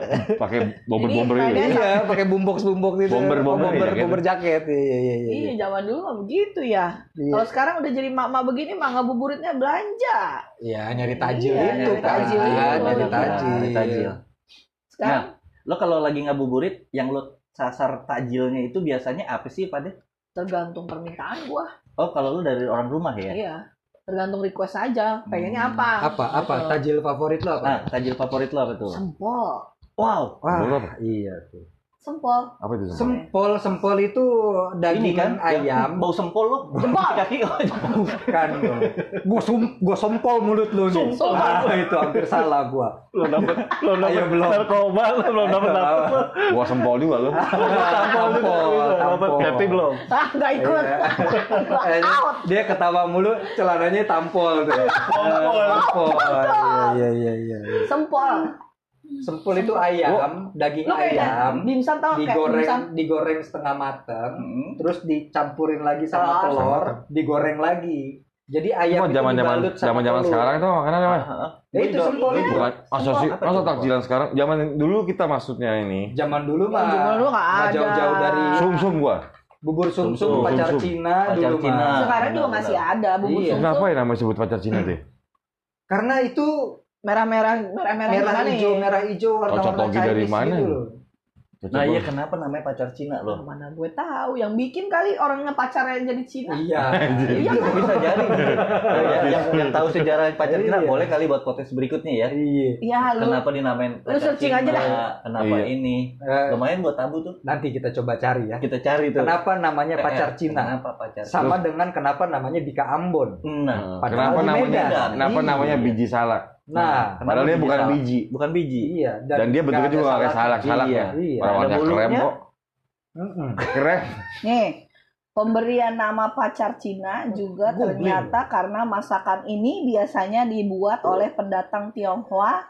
[SPEAKER 3] Pakai bomber-bomber
[SPEAKER 4] Ini
[SPEAKER 3] itu.
[SPEAKER 4] ada-
[SPEAKER 2] Iya, pakai boombox-boombox gitu.
[SPEAKER 3] Bomber-bomber
[SPEAKER 2] Oh, bomber,
[SPEAKER 3] ya,
[SPEAKER 2] bomber jaket. Iya, iya, iya.
[SPEAKER 4] Iya,
[SPEAKER 2] iya.
[SPEAKER 4] zaman dulu mah begitu ya.
[SPEAKER 2] Iya.
[SPEAKER 4] Kalau sekarang udah jadi mak-mak begini, mah ngabuburitnya belanja.
[SPEAKER 2] Iya, nyari tajil
[SPEAKER 4] Iya,
[SPEAKER 2] itu
[SPEAKER 4] nyari
[SPEAKER 2] kan.
[SPEAKER 4] tajil itu.
[SPEAKER 2] Nyari
[SPEAKER 4] Iya,
[SPEAKER 2] tajil.
[SPEAKER 1] nyari tajil.
[SPEAKER 4] Sekarang
[SPEAKER 1] Lo kalau lagi ngabuburit, yang lo sasar takjilnya itu biasanya apa sih pada?
[SPEAKER 4] tergantung permintaan gua.
[SPEAKER 1] Oh, kalau lo dari orang rumah ya?
[SPEAKER 4] Iya. Tergantung request aja. Pengennya
[SPEAKER 1] Hmm.
[SPEAKER 4] apa?
[SPEAKER 2] Apa? Apa?
[SPEAKER 4] Gitu.
[SPEAKER 2] Tajil favorit lo apa?
[SPEAKER 1] Nah, takjil favorit lo apa tuh?
[SPEAKER 4] Sempol.
[SPEAKER 1] Wow.
[SPEAKER 2] Wah,
[SPEAKER 3] Boleh apa?
[SPEAKER 2] iya tuh.
[SPEAKER 4] Sempol.
[SPEAKER 3] Apa itu?
[SPEAKER 2] Sempol, sempol itu daging
[SPEAKER 1] Ini kan
[SPEAKER 2] ayam.
[SPEAKER 1] yang bau sempol lo.
[SPEAKER 4] Jempol.
[SPEAKER 1] Kaki. Oh, jempol.
[SPEAKER 2] Bukan dong. Gua sum, gua sempol mulut lu nih.
[SPEAKER 1] Sumpol.
[SPEAKER 2] Ah, itu hampir salah gua.
[SPEAKER 1] Belum dapat, belum
[SPEAKER 2] Ayo,
[SPEAKER 1] dapat
[SPEAKER 2] belum.
[SPEAKER 1] narkoba, lo belum dapat dapat. lo.
[SPEAKER 3] Gua sempol juga lo.
[SPEAKER 1] Tampol juga. Dapat
[SPEAKER 2] tampol.
[SPEAKER 1] happy belum?
[SPEAKER 4] Ah, nggak ikut. Gua
[SPEAKER 2] Eh,
[SPEAKER 4] out.
[SPEAKER 2] dia ketawa mulu, celananya tampol tuh.
[SPEAKER 1] Tampol.
[SPEAKER 2] Eh, tampol. Iya, iya, iya, iya.
[SPEAKER 4] Sempol.
[SPEAKER 2] Sempol itu ayam, daging
[SPEAKER 4] Lo kayak
[SPEAKER 2] ayam,
[SPEAKER 4] dimsum tau kayak dimsum.
[SPEAKER 2] digoreng, digoreng setengah mateng,
[SPEAKER 1] Hmm.
[SPEAKER 2] terus dicampurin lagi sama
[SPEAKER 4] Telur.
[SPEAKER 2] telur, digoreng lagi. Jadi ayam
[SPEAKER 3] Cuma
[SPEAKER 2] itu
[SPEAKER 3] zaman-zaman
[SPEAKER 2] dibalut sama
[SPEAKER 3] zaman-zaman
[SPEAKER 2] telur.
[SPEAKER 3] sekarang tuh makanan apa?
[SPEAKER 2] Ya, itu sempol itu.
[SPEAKER 3] Bukan masa sih,
[SPEAKER 1] Apa
[SPEAKER 3] masa
[SPEAKER 1] itu?
[SPEAKER 3] takjilan sekarang. Zaman dulu kita maksudnya ini.
[SPEAKER 2] Zaman dulu mah
[SPEAKER 4] Zaman dulu nggak
[SPEAKER 2] nggak
[SPEAKER 4] ada.
[SPEAKER 2] jauh-jauh dari
[SPEAKER 3] Sum-sum gua.
[SPEAKER 2] bubur sumsum,
[SPEAKER 1] Sumsum.
[SPEAKER 2] pacar
[SPEAKER 3] Sumsum.
[SPEAKER 2] Cina
[SPEAKER 1] Pacar
[SPEAKER 2] dulu
[SPEAKER 1] Cina.
[SPEAKER 2] mah.
[SPEAKER 4] Sekarang juga
[SPEAKER 1] benar,
[SPEAKER 4] masih
[SPEAKER 1] benar.
[SPEAKER 4] ada bubur
[SPEAKER 2] Iya.
[SPEAKER 4] sumsum.
[SPEAKER 3] Kenapa ya namanya sebut pacar Cina tuh?
[SPEAKER 2] Karena itu
[SPEAKER 4] Merah-merah, merah-merah
[SPEAKER 2] merah
[SPEAKER 4] gimana
[SPEAKER 2] hijau,
[SPEAKER 4] ya?
[SPEAKER 2] merah hijau warna-warna
[SPEAKER 3] Cocok togi dari
[SPEAKER 2] Chinese
[SPEAKER 3] mana?
[SPEAKER 2] gitu loh.
[SPEAKER 1] Nah iya kenapa namanya pacar Cina
[SPEAKER 4] Oh,
[SPEAKER 1] lo?
[SPEAKER 4] mana gue tahu yang bikin kali orangnya pacarnya jadi Cina.
[SPEAKER 2] Iya.
[SPEAKER 1] Iya bisa jadi. Ya, yang, yang tahu sejarah pacar Cina
[SPEAKER 2] Iya.
[SPEAKER 1] boleh kali buat podcast berikutnya ya.
[SPEAKER 2] Iya.
[SPEAKER 4] Iya, lu
[SPEAKER 1] Kenapa dinamain
[SPEAKER 4] lu
[SPEAKER 1] pacar
[SPEAKER 4] searching
[SPEAKER 1] Cina?
[SPEAKER 4] aja dah.
[SPEAKER 1] Kenapa
[SPEAKER 3] Iya.
[SPEAKER 1] ini?
[SPEAKER 2] Eh,
[SPEAKER 1] Lumayan buat tabu tuh.
[SPEAKER 2] nanti kita coba cari ya.
[SPEAKER 1] Kita cari tuh.
[SPEAKER 2] Kenapa namanya pacar
[SPEAKER 1] Eh,
[SPEAKER 2] Cina?
[SPEAKER 1] Kenapa pacar?
[SPEAKER 2] Sama dengan kenapa namanya Bika Ambon.
[SPEAKER 1] Nah,
[SPEAKER 2] Padahal
[SPEAKER 3] Kenapa
[SPEAKER 2] di
[SPEAKER 3] namanya?
[SPEAKER 2] Medan.
[SPEAKER 3] Kenapa
[SPEAKER 2] Iya.
[SPEAKER 3] namanya biji salak?
[SPEAKER 2] Nah,
[SPEAKER 1] kenapa
[SPEAKER 3] Padahal dia
[SPEAKER 1] biji
[SPEAKER 3] bukan
[SPEAKER 1] salak?
[SPEAKER 3] biji.
[SPEAKER 1] Bukan biji.
[SPEAKER 2] iya.
[SPEAKER 3] Dan dia bentuknya
[SPEAKER 2] nggak
[SPEAKER 3] juga
[SPEAKER 2] ada
[SPEAKER 3] kayak salak-salak
[SPEAKER 1] Iya.
[SPEAKER 3] ya.
[SPEAKER 2] Iya.
[SPEAKER 3] Warnanya
[SPEAKER 1] Ada bulunya.
[SPEAKER 3] krem kok.
[SPEAKER 2] Mm-mm.
[SPEAKER 3] Keren.
[SPEAKER 4] Nih, pemberian nama pacar Cina juga
[SPEAKER 2] Googling.
[SPEAKER 4] ternyata karena masakan ini biasanya dibuat oleh pendatang Tionghoa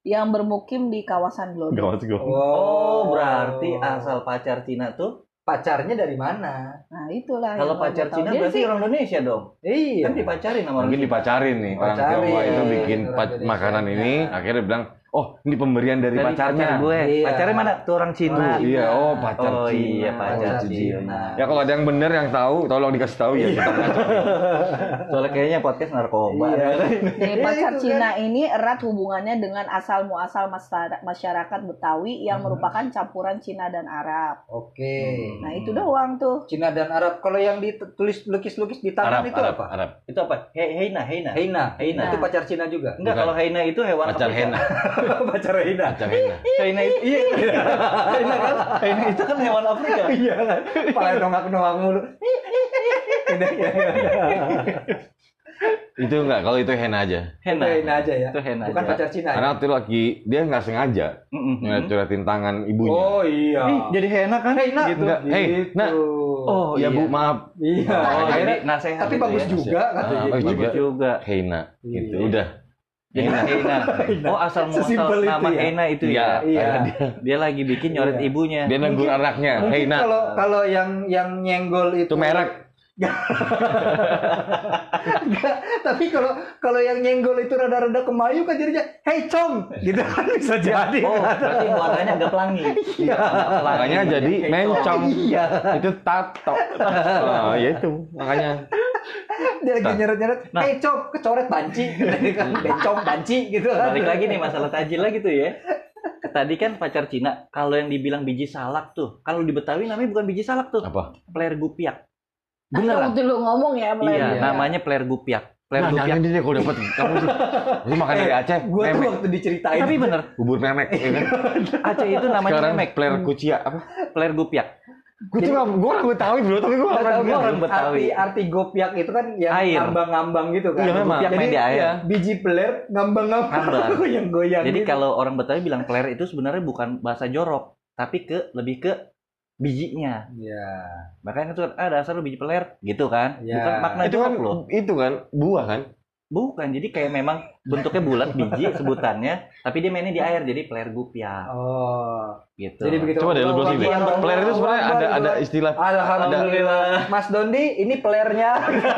[SPEAKER 4] yang bermukim di kawasan Glodok.
[SPEAKER 3] Gawat gue.
[SPEAKER 1] Oh, berarti asal pacar Cina tuh.
[SPEAKER 2] Pacarnya dari mana?
[SPEAKER 4] Nah, itulah.
[SPEAKER 1] Kalau
[SPEAKER 4] yang
[SPEAKER 1] pacar
[SPEAKER 4] gua tahu.
[SPEAKER 1] Cina
[SPEAKER 4] Dia
[SPEAKER 1] berarti
[SPEAKER 4] sih-
[SPEAKER 1] orang Indonesia dong.
[SPEAKER 2] Iya.
[SPEAKER 1] Kan dipacarin sama orang
[SPEAKER 3] Mungkin
[SPEAKER 1] Cina.
[SPEAKER 3] dipacarin nih orang
[SPEAKER 2] Pacarin.
[SPEAKER 3] Tionghoa itu bikin
[SPEAKER 2] Orang
[SPEAKER 3] pa-
[SPEAKER 2] Indonesia.
[SPEAKER 3] makanan ini, akhirnya bilang, oh ini pemberian dari,
[SPEAKER 1] Dari
[SPEAKER 3] pacarnya.
[SPEAKER 1] pacar gue.
[SPEAKER 2] Iya.
[SPEAKER 1] Pacarnya mana? Tuh orang Cina.
[SPEAKER 2] Orang
[SPEAKER 3] Iya, oh pacar
[SPEAKER 1] Oh
[SPEAKER 3] Cina.
[SPEAKER 1] iya, pacar
[SPEAKER 2] Pacar
[SPEAKER 1] Cina.
[SPEAKER 2] Cina.
[SPEAKER 3] Ya kalau ada yang bener yang tahu, tolong dikasih tahu ya kita ngacokin.
[SPEAKER 1] Soalnya kayaknya podcast narkoba.
[SPEAKER 2] Iya.
[SPEAKER 4] Nih,
[SPEAKER 2] Ya,
[SPEAKER 4] pacar
[SPEAKER 2] itu
[SPEAKER 4] Cina ini erat hubungannya dengan asal muasal masyarakat masyarakat Betawi yang
[SPEAKER 2] Hmm.
[SPEAKER 4] merupakan campuran Cina dan Arab.
[SPEAKER 2] Oke.
[SPEAKER 4] Nah, itu doang tuh.
[SPEAKER 2] Cina dan Arab. Kalau yang ditulis lukis-lukis di tangan
[SPEAKER 3] Arab,
[SPEAKER 2] itu
[SPEAKER 3] Arab,
[SPEAKER 2] apa?
[SPEAKER 3] Arab.
[SPEAKER 1] Itu apa? He Heina, Heina.
[SPEAKER 2] Heina.
[SPEAKER 1] Heina.
[SPEAKER 2] Itu pacar Cina juga.
[SPEAKER 1] Enggak,
[SPEAKER 3] Bukan.
[SPEAKER 1] kalau Heina itu hewan
[SPEAKER 3] Pacar
[SPEAKER 1] Afrika.
[SPEAKER 3] henna,
[SPEAKER 2] pacar Heina.
[SPEAKER 3] pacar henna.
[SPEAKER 1] Heina itu iya. Heina kan? Heina itu kan hewan Afrika.
[SPEAKER 2] Iya kan. Pala nongak-nongak mulu. Udah, ya, ya, ya.
[SPEAKER 3] Itu enggak, kalau itu henna aja.
[SPEAKER 1] Heina.
[SPEAKER 2] Itu Heina aja ya.
[SPEAKER 1] Itu Heina
[SPEAKER 2] Bukan
[SPEAKER 1] aja.
[SPEAKER 2] pacar Cina. Ya?
[SPEAKER 3] Karena waktu lagi dia nggak sengaja
[SPEAKER 1] Mm-mm.
[SPEAKER 3] ngeliat-ngeliatin tangan ibunya.
[SPEAKER 2] Oh iya.
[SPEAKER 1] Ih, jadi Heina kan?
[SPEAKER 2] Heina.
[SPEAKER 1] Gitu.
[SPEAKER 3] Enggak, hey,
[SPEAKER 2] Gitu.
[SPEAKER 3] nah.
[SPEAKER 1] Oh,
[SPEAKER 3] ya
[SPEAKER 1] iya.
[SPEAKER 3] bu, maaf.
[SPEAKER 2] Iya.
[SPEAKER 1] Oh,
[SPEAKER 2] Akhirnya-
[SPEAKER 1] jadi nasehat
[SPEAKER 2] tapi
[SPEAKER 1] gitu
[SPEAKER 2] bagus
[SPEAKER 1] ya.
[SPEAKER 2] juga
[SPEAKER 3] Ah,
[SPEAKER 2] katanya.
[SPEAKER 3] bagus
[SPEAKER 1] Bagus
[SPEAKER 3] juga.
[SPEAKER 1] juga.
[SPEAKER 3] Heina, gitu.
[SPEAKER 2] Iya.
[SPEAKER 3] Udah.
[SPEAKER 1] Jadi
[SPEAKER 3] Heina.
[SPEAKER 1] Heina. Oh, asal
[SPEAKER 2] Sesimpel
[SPEAKER 1] muasal
[SPEAKER 2] itu
[SPEAKER 1] nama
[SPEAKER 2] ya?
[SPEAKER 1] Heina itu
[SPEAKER 3] Iya.
[SPEAKER 1] ya.
[SPEAKER 2] Iya.
[SPEAKER 3] Dia,
[SPEAKER 1] Dia lagi bikin nyoret
[SPEAKER 2] Iya.
[SPEAKER 1] ibunya.
[SPEAKER 3] dia nenggur anaknya.
[SPEAKER 2] Mungkin
[SPEAKER 3] Heina.
[SPEAKER 2] kalau kalau yang yang nyenggol itu
[SPEAKER 3] Itu merek.
[SPEAKER 2] Enggak, tapi kalau kalau yang nyenggol itu rada-rada kemayu kan jadinya hey com gitu kan bisa jadi.
[SPEAKER 1] Oh,
[SPEAKER 2] kan?
[SPEAKER 1] berarti warnanya agak pelangi.
[SPEAKER 2] Iya.
[SPEAKER 3] Makanya jadi mencong.
[SPEAKER 2] Iya.
[SPEAKER 3] Itu tato. Oh, ya itu. Makanya.
[SPEAKER 2] Dia lagi nyeret-nyeret,
[SPEAKER 1] Nah.
[SPEAKER 2] hey com, kecoret banci, kan bencong banci gitu kan.
[SPEAKER 1] Balik lagi nih masalah tajil lagi tuh ya. Tadi kan pacar Cina, kalau yang dibilang biji salak tuh, kalau di Betawi namanya bukan biji salak tuh,
[SPEAKER 3] Apa?
[SPEAKER 1] player gupiak.
[SPEAKER 4] Beneran.
[SPEAKER 1] Beneran?
[SPEAKER 4] Waktu lu ngomong ya,
[SPEAKER 1] Iya,
[SPEAKER 4] Melayu.
[SPEAKER 1] namanya player gupiak. Player
[SPEAKER 3] Nah,
[SPEAKER 1] gupiak.
[SPEAKER 3] jangan dia kalau dapat kamu sih. Lu makan dari Aceh,
[SPEAKER 2] Gue tuh
[SPEAKER 3] memek.
[SPEAKER 2] waktu diceritain.
[SPEAKER 1] Tapi bener,
[SPEAKER 3] Bubur memek, ya kan?
[SPEAKER 1] Aceh itu namanya
[SPEAKER 3] Sekarang
[SPEAKER 1] memek.
[SPEAKER 3] player kucia apa?
[SPEAKER 1] Player gupiak.
[SPEAKER 3] Gue tuh nggak, gue nggak tahu bro, tapi gue nggak
[SPEAKER 2] Nggak
[SPEAKER 3] pernah
[SPEAKER 2] tahu
[SPEAKER 3] dengar.
[SPEAKER 1] orang Betawi.
[SPEAKER 2] Arti arti gopiak itu kan yang
[SPEAKER 1] Air.
[SPEAKER 2] ngambang-ngambang gitu kan.
[SPEAKER 3] Iya, memang.
[SPEAKER 1] Gopiak main di air.
[SPEAKER 2] iya, biji peler ngambang-ngambang
[SPEAKER 1] Ngambang.
[SPEAKER 2] goyang-goyang.
[SPEAKER 1] Jadi
[SPEAKER 2] gitu.
[SPEAKER 1] kalau orang Betawi bilang player itu sebenarnya bukan bahasa jorok, tapi ke lebih ke bijinya.
[SPEAKER 2] Iya.
[SPEAKER 1] Makanya tuh ah dasar lu biji peler gitu kan.
[SPEAKER 2] Ya.
[SPEAKER 1] Bukan makna
[SPEAKER 3] Itu kan,
[SPEAKER 1] jorok loh.
[SPEAKER 3] itu kan buah kan?
[SPEAKER 1] Bukan, jadi kayak memang bentuknya bulat biji sebutannya, tapi dia mainnya di air jadi player gupiak
[SPEAKER 2] Oh.
[SPEAKER 1] gitu.
[SPEAKER 2] Jadi begitu.
[SPEAKER 3] Coba deh lu browsing deh.
[SPEAKER 2] Allah,
[SPEAKER 3] Player itu sebenarnya
[SPEAKER 2] Allah,
[SPEAKER 3] ada ada
[SPEAKER 2] Allah.
[SPEAKER 3] istilah.
[SPEAKER 2] Alhamdulillah. Mas Dondi, ini playernya.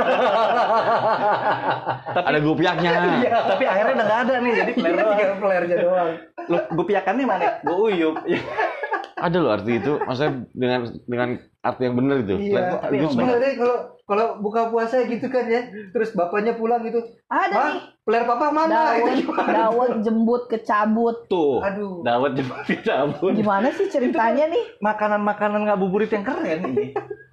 [SPEAKER 3] Ada gupiaknya.
[SPEAKER 2] Iya.
[SPEAKER 1] Tapi akhirnya udah nggak ada nih, jadi player doang.
[SPEAKER 2] Tinggal playernya doang.
[SPEAKER 1] Lu gupiakannya mana? Gue uyup.
[SPEAKER 3] Ada loh arti itu, maksudnya dengan dengan arti yang benar itu.
[SPEAKER 2] Iya.
[SPEAKER 3] Player-
[SPEAKER 1] tapi
[SPEAKER 3] itu
[SPEAKER 1] emang
[SPEAKER 3] sebenarnya-
[SPEAKER 2] Sebenarnya kalau kalau buka puasa gitu kan ya, terus bapaknya pulang gitu,
[SPEAKER 4] Ada
[SPEAKER 2] "Ma,
[SPEAKER 4] nih.
[SPEAKER 2] player papa mana?"
[SPEAKER 4] Dawet,
[SPEAKER 2] Itu gimana?
[SPEAKER 4] dawet jembut kecabut.
[SPEAKER 1] Tuh.
[SPEAKER 2] Aduh.
[SPEAKER 1] Dawet jemput dicabut.
[SPEAKER 4] Gimana sih ceritanya nih?
[SPEAKER 1] Makanan-makanan ngabuburit yang keren ini.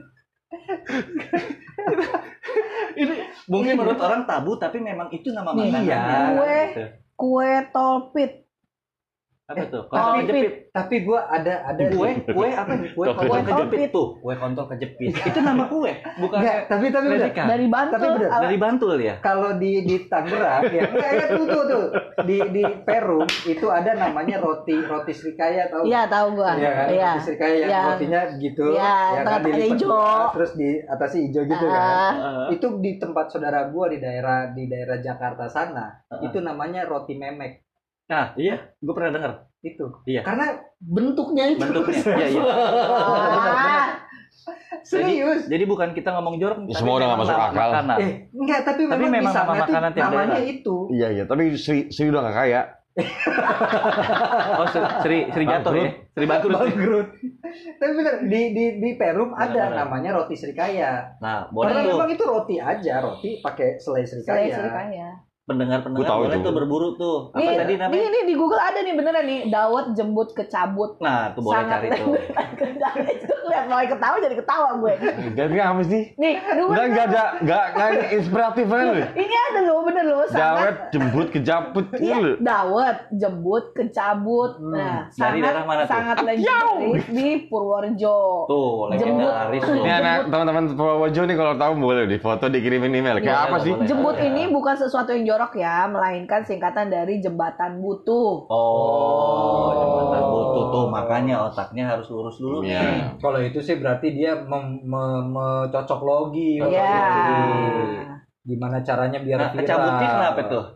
[SPEAKER 1] Ini mungkin menurut orang tabu tapi memang itu nama
[SPEAKER 4] Nih,
[SPEAKER 1] makanannya.
[SPEAKER 2] iya.
[SPEAKER 4] Kue.
[SPEAKER 1] Gitu.
[SPEAKER 4] Kue tolpit.
[SPEAKER 1] Apa tuh?
[SPEAKER 4] Oh,
[SPEAKER 1] Kontol
[SPEAKER 4] pit.
[SPEAKER 1] kejepit.
[SPEAKER 2] Tapi gua ada ada
[SPEAKER 1] Kue, kue apa nih? Kue
[SPEAKER 3] Kontol
[SPEAKER 1] kontol
[SPEAKER 4] kejepit.
[SPEAKER 1] kejepit tuh. Kue kontol kejepit. Itu nama kue, bukan
[SPEAKER 2] Enggak, tapi tapi benar.
[SPEAKER 1] predikat.
[SPEAKER 4] Dari Bantul.
[SPEAKER 2] Tapi bener.
[SPEAKER 4] Al-
[SPEAKER 1] Dari Bantul ya.
[SPEAKER 2] Kalau di di Tangerang ya, enggak ya tuh tuh tuh. Di di Perum itu ada namanya roti roti Srikaya tahu?
[SPEAKER 4] Iya, tahu gua.
[SPEAKER 2] Iya kan,
[SPEAKER 4] Iya.
[SPEAKER 2] roti Srikaya yang
[SPEAKER 4] Iya.
[SPEAKER 2] rotinya gitu,
[SPEAKER 4] Iya,
[SPEAKER 2] ya kan,
[SPEAKER 4] tengah-tengahnya
[SPEAKER 2] dilipat
[SPEAKER 4] hijau.
[SPEAKER 2] dua, terus di atasnya hijau gitu kan.
[SPEAKER 4] Ah,
[SPEAKER 1] Heeh.
[SPEAKER 2] Itu di tempat saudara gua di daerah di daerah Jakarta sana,
[SPEAKER 1] Heeh.
[SPEAKER 2] itu namanya roti memek
[SPEAKER 1] Nah, iya, gue pernah dengar
[SPEAKER 2] itu.
[SPEAKER 1] Iya.
[SPEAKER 2] Karena bentuknya itu.
[SPEAKER 1] bentuknya. Iya, iya.
[SPEAKER 4] ah,
[SPEAKER 2] Serius.
[SPEAKER 1] Jadi bukan kita ngomong jorok,
[SPEAKER 3] Ya, semua udah nggak
[SPEAKER 1] memang
[SPEAKER 3] masuk
[SPEAKER 1] nama
[SPEAKER 3] akal.
[SPEAKER 1] makanan.
[SPEAKER 2] Eh, enggak, tapi,
[SPEAKER 1] Tapi
[SPEAKER 2] memang,
[SPEAKER 1] memang
[SPEAKER 2] di sana
[SPEAKER 1] nama
[SPEAKER 2] tuh
[SPEAKER 1] makanan tiap
[SPEAKER 2] namanya
[SPEAKER 1] daerah.
[SPEAKER 2] itu.
[SPEAKER 3] Iya iya, tapi Sri Sri udah nggak kaya.
[SPEAKER 1] Oh, Sri Sri, Sri jatuh ya. Sri bangkrut.
[SPEAKER 2] Bangkrut. Tapi bener di di di Perum ada
[SPEAKER 1] Bener-bener.
[SPEAKER 2] namanya roti Srikaya.
[SPEAKER 1] Nah, boleh
[SPEAKER 2] Karena
[SPEAKER 1] tuh
[SPEAKER 2] memang itu roti aja, roti pakai selai
[SPEAKER 4] selai
[SPEAKER 2] Srikaya.
[SPEAKER 4] Srikaya.
[SPEAKER 1] pendengar-pendengar
[SPEAKER 3] Gua tahu
[SPEAKER 1] boleh
[SPEAKER 3] itu.
[SPEAKER 1] tuh berburu tuh. Apa
[SPEAKER 4] Nih,
[SPEAKER 1] tadi
[SPEAKER 4] nih,
[SPEAKER 1] namanya?
[SPEAKER 4] nih di Google ada nih beneran nih, dawet jembut kecabut.
[SPEAKER 1] Nah, tuh boleh
[SPEAKER 4] Sangat
[SPEAKER 1] cari tuh.
[SPEAKER 4] itu lihat mau ketawa jadi ketawa gue.
[SPEAKER 3] Dan apa sih?
[SPEAKER 4] Nih, aduh,
[SPEAKER 3] Udah nggak ada nggak nggak ada inspiratif kan lu?
[SPEAKER 4] ini ada loh, bener loh.
[SPEAKER 3] Dawet
[SPEAKER 4] Sangat
[SPEAKER 3] jemput kejaput
[SPEAKER 4] Iya,
[SPEAKER 3] lu.
[SPEAKER 4] dawet, jembut, kecabut.
[SPEAKER 2] Hmm.
[SPEAKER 4] Nah,
[SPEAKER 1] Dari
[SPEAKER 4] sangat
[SPEAKER 1] daerah mana tuh?
[SPEAKER 4] sangat legendaris di Purworejo.
[SPEAKER 1] Tuh, legendaris
[SPEAKER 4] Jembut.
[SPEAKER 1] loh.
[SPEAKER 3] Ini anak teman-teman Purworejo nih kalau tahu boleh di foto dikirimin email. Kayak
[SPEAKER 1] Boleh,
[SPEAKER 3] apa sih?
[SPEAKER 1] boleh.
[SPEAKER 4] Jembut ini bukan sesuatu yang jorok ya, melainkan singkatan dari jembatan butuh.
[SPEAKER 1] Oh, jembatan butuh tuh, makanya otaknya harus lurus dulu nih.
[SPEAKER 3] Iya.
[SPEAKER 2] Kalau itu sih berarti dia mem, me- me- cocok logi.
[SPEAKER 1] Cocok
[SPEAKER 4] Iya.
[SPEAKER 1] logi.
[SPEAKER 2] Gimana caranya biar
[SPEAKER 1] Nah,
[SPEAKER 2] viral.
[SPEAKER 1] kecabutnya kenapa tuh?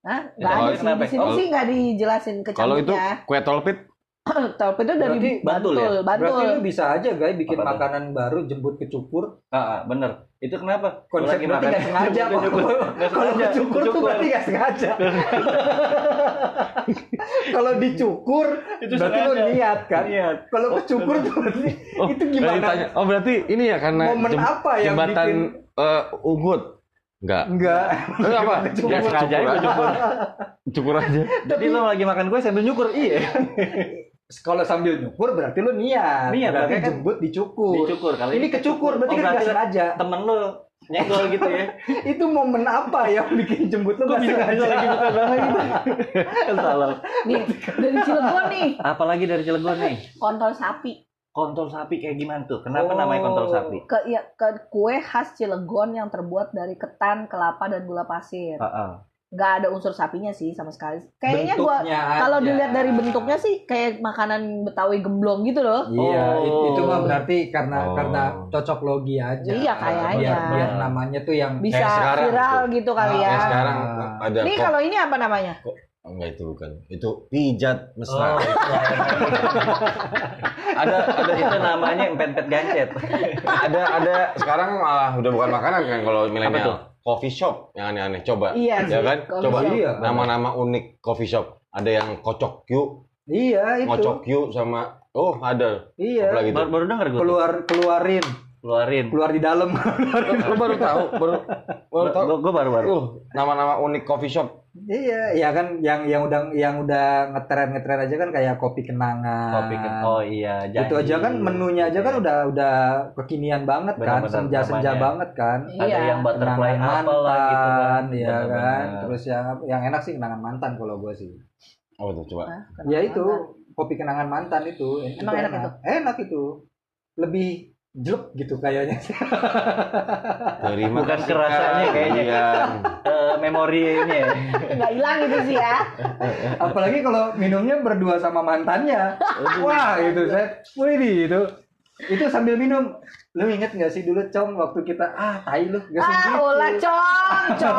[SPEAKER 4] Hah?
[SPEAKER 1] Ya,
[SPEAKER 4] Nggak ada
[SPEAKER 1] kalau
[SPEAKER 4] sih.
[SPEAKER 1] kenapa?
[SPEAKER 4] Di sini
[SPEAKER 3] Kalau-
[SPEAKER 4] sih nggak dijelasin
[SPEAKER 3] Kalau itu
[SPEAKER 4] kecambuknya.
[SPEAKER 3] kue tolpit,
[SPEAKER 4] Tolpit itu dari
[SPEAKER 2] Berarti
[SPEAKER 4] Bantul,
[SPEAKER 1] Bantul ya?
[SPEAKER 4] Bantul.
[SPEAKER 2] Berarti lu bisa aja guys bikin
[SPEAKER 1] Apa tuh?
[SPEAKER 2] makanan baru jemput ke cukur.
[SPEAKER 1] Ah, ah, bener. Itu kenapa? Lu
[SPEAKER 2] Konsep
[SPEAKER 1] lagi
[SPEAKER 2] berarti
[SPEAKER 1] makan-
[SPEAKER 2] nggak sengaja.
[SPEAKER 1] Cukur, cukur. Nggak
[SPEAKER 2] Kalau
[SPEAKER 1] sengaja.
[SPEAKER 2] cukur tuh
[SPEAKER 1] Cukur.
[SPEAKER 2] berarti nggak sengaja. Kalau dicukur
[SPEAKER 1] Itu
[SPEAKER 2] berarti lo
[SPEAKER 1] sengaja.
[SPEAKER 2] niat kan?
[SPEAKER 1] Niat.
[SPEAKER 2] Kalau kecukur tuh berarti
[SPEAKER 3] oh,
[SPEAKER 2] itu
[SPEAKER 3] berarti
[SPEAKER 2] gimana?
[SPEAKER 3] tanya, oh berarti ini ya karena
[SPEAKER 2] Momen apa yang
[SPEAKER 3] jembatan
[SPEAKER 2] bikin-
[SPEAKER 3] eh, Ubud? Enggak.
[SPEAKER 2] Enggak.
[SPEAKER 3] Itu apa?
[SPEAKER 2] Cukur.
[SPEAKER 1] Ya sengaja aja cukur.
[SPEAKER 3] Cukur aja.
[SPEAKER 1] Jadi lo lagi makan kue sambil nyukur. Iya.
[SPEAKER 2] Kalau sambil nyukur berarti lo niat.
[SPEAKER 1] Niat,
[SPEAKER 2] berarti
[SPEAKER 1] makanya kan
[SPEAKER 2] jemput dicukur.
[SPEAKER 1] Dicukur. Kalau
[SPEAKER 2] Ini kecukur berarti
[SPEAKER 1] Oh,
[SPEAKER 2] kan nggak
[SPEAKER 1] berarti
[SPEAKER 2] sengaja.
[SPEAKER 1] temen lo nyenggol gitu ya.
[SPEAKER 2] Itu momen apa yang bikin jemput lo
[SPEAKER 1] Kok
[SPEAKER 2] nggak
[SPEAKER 1] bisa
[SPEAKER 2] sengaja?
[SPEAKER 1] bisa lagi bukan lah gitu. Kan salah.
[SPEAKER 4] Nih, dari Cilegon nih,
[SPEAKER 1] Apalagi dari Cilegon nih.
[SPEAKER 4] kontol sapi.
[SPEAKER 1] Kontol sapi kayak gimana tuh? Kenapa
[SPEAKER 2] Oh.
[SPEAKER 1] namanya kontol sapi?
[SPEAKER 4] Ke, ya, ke kue khas Cilegon yang terbuat dari ketan, kelapa, dan gula pasir.
[SPEAKER 1] Heeh.
[SPEAKER 4] Nggak ada unsur sapinya sih sama sekali. Kayaknya gua
[SPEAKER 2] Bentuknya
[SPEAKER 4] kalau
[SPEAKER 2] aja.
[SPEAKER 4] dilihat dari bentuknya sih kayak makanan Betawi gemblong gitu loh.
[SPEAKER 2] Iya,
[SPEAKER 1] Oh.
[SPEAKER 2] it- itu mah berarti karena
[SPEAKER 3] Oh.
[SPEAKER 2] karena cocok logi aja.
[SPEAKER 4] Iya, kayaknya.
[SPEAKER 2] Biar, biar namanya tuh yang
[SPEAKER 4] Bisa
[SPEAKER 3] Kayak sekarang
[SPEAKER 4] viral
[SPEAKER 3] gitu.
[SPEAKER 4] gitu kali
[SPEAKER 2] Ah,
[SPEAKER 4] ya.
[SPEAKER 3] Kayak sekarang ada
[SPEAKER 4] Ini
[SPEAKER 3] kok.
[SPEAKER 4] kalau ini apa namanya?
[SPEAKER 3] Oh, enggak itu bukan. Itu pijat mesra.
[SPEAKER 1] Oh, ada ada itu namanya empet-empet gancet.
[SPEAKER 3] ada ada sekarang malah udah bukan makanan kan kalau
[SPEAKER 1] Apa tuh?
[SPEAKER 3] milenial. Coffee shop yang aneh-aneh coba.
[SPEAKER 4] Iya
[SPEAKER 3] Ya
[SPEAKER 4] sih,
[SPEAKER 3] kan?
[SPEAKER 4] coffee
[SPEAKER 3] Coba
[SPEAKER 4] shop.
[SPEAKER 2] Iya.
[SPEAKER 3] nama-nama unik coffee shop. Ada yang kocok Q,
[SPEAKER 2] Iya itu.
[SPEAKER 3] ngocok Q sama oh ada.
[SPEAKER 2] Iya.
[SPEAKER 3] Apa lagi tuh?
[SPEAKER 1] Baru, baru denger gue.
[SPEAKER 2] Keluar keluarin,
[SPEAKER 1] Keluarin.
[SPEAKER 2] keluar di dalam.
[SPEAKER 3] Lu baru tahu, baru baru tahu.
[SPEAKER 1] Gue baru baru.
[SPEAKER 3] Uh, nama-nama unik coffee shop.
[SPEAKER 2] Iya, ya kan yang yang udah yang udah ngetren ngetren aja kan kayak kopi kenangan.
[SPEAKER 1] Kopi ke oh iya.
[SPEAKER 2] Itu aja kan menunya aja kan udah udah kekinian banget kan,
[SPEAKER 1] Benar-benar
[SPEAKER 2] senja senja
[SPEAKER 1] namanya.
[SPEAKER 2] banget kan.
[SPEAKER 1] Ada
[SPEAKER 4] Iya.
[SPEAKER 1] yang butterfly
[SPEAKER 2] Kenangan
[SPEAKER 1] apa lah gitu kan.
[SPEAKER 2] mantan, ya
[SPEAKER 1] Benar-benar.
[SPEAKER 2] kan. Terus yang yang enak sih kenangan mantan kalau gua sih.
[SPEAKER 3] Oh tuh coba.
[SPEAKER 4] Hah?
[SPEAKER 2] Ya
[SPEAKER 4] Kenapa?
[SPEAKER 2] itu kopi kenangan mantan itu.
[SPEAKER 4] Emang enak
[SPEAKER 2] itu? Enak itu. Lebih jelek gitu kayaknya.
[SPEAKER 3] Terima
[SPEAKER 1] Bukan
[SPEAKER 3] kasih,
[SPEAKER 1] kerasanya
[SPEAKER 3] Kak.
[SPEAKER 1] kayaknya.
[SPEAKER 3] Iya.
[SPEAKER 1] Eh, memorinya.
[SPEAKER 4] Nggak hilang gitu sih ya.
[SPEAKER 2] Apalagi kalau minumnya berdua sama mantannya. Wah, itu saya. Wih, itu. Itu sambil minum. Lu inget gak sih dulu, Cong, waktu kita ah, tai lu, gak sih
[SPEAKER 4] Ah,
[SPEAKER 2] gitu.
[SPEAKER 4] ulah cong, cong.